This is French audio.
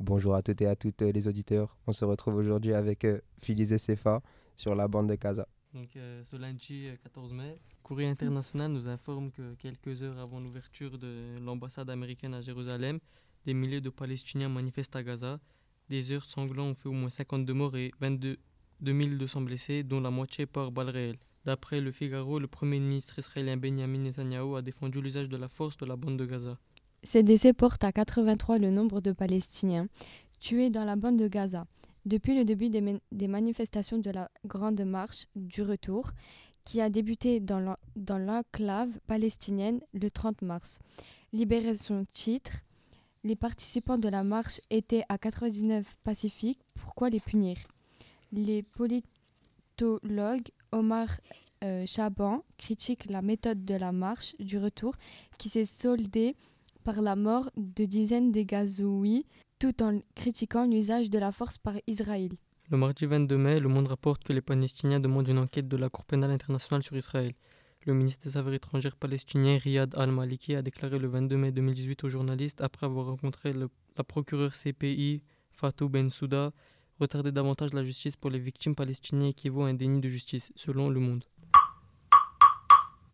Bonjour à toutes et à toutes les auditeurs. On se retrouve aujourd'hui avec Filiz et Sefa sur la bande de Casa. Ce lundi 14 mai, Courrier international nous informe que quelques heures avant l'ouverture de l'ambassade américaine à Jérusalem, des milliers de Palestiniens manifestent à Gaza. Des heurts sanglants ont fait au moins 52 morts et 2200 blessés, dont la moitié par balles réelles. D'après Le Figaro, le premier ministre israélien Benjamin Netanyahou a défendu l'usage de la force de la bande de Gaza. Ces décès portent à 83 le nombre de Palestiniens tués dans la bande de Gaza depuis le début des manifestations de la Grande Marche du Retour, qui a débuté dans l'enclave palestinienne le 30 mars. Libération titre: les participants de la marche étaient à 99 pacifiques, pourquoi les punir? Les politologues Omar Chaban critiquent la méthode de la marche du Retour qui s'est soldée par la mort de dizaines de Gazaouis, tout en critiquant l'usage de la force par Israël. Le mardi 22 mai, Le Monde rapporte que les Palestiniens demandent une enquête de la Cour pénale internationale sur Israël. Le ministre des Affaires étrangères palestinien Riyad al-Maliki a déclaré le 22 mai 2018 aux journalistes, après avoir rencontré la procureure CPI Fatou Bensouda, retarder davantage la justice pour les victimes palestiniennes équivaut à un déni de justice, selon Le Monde.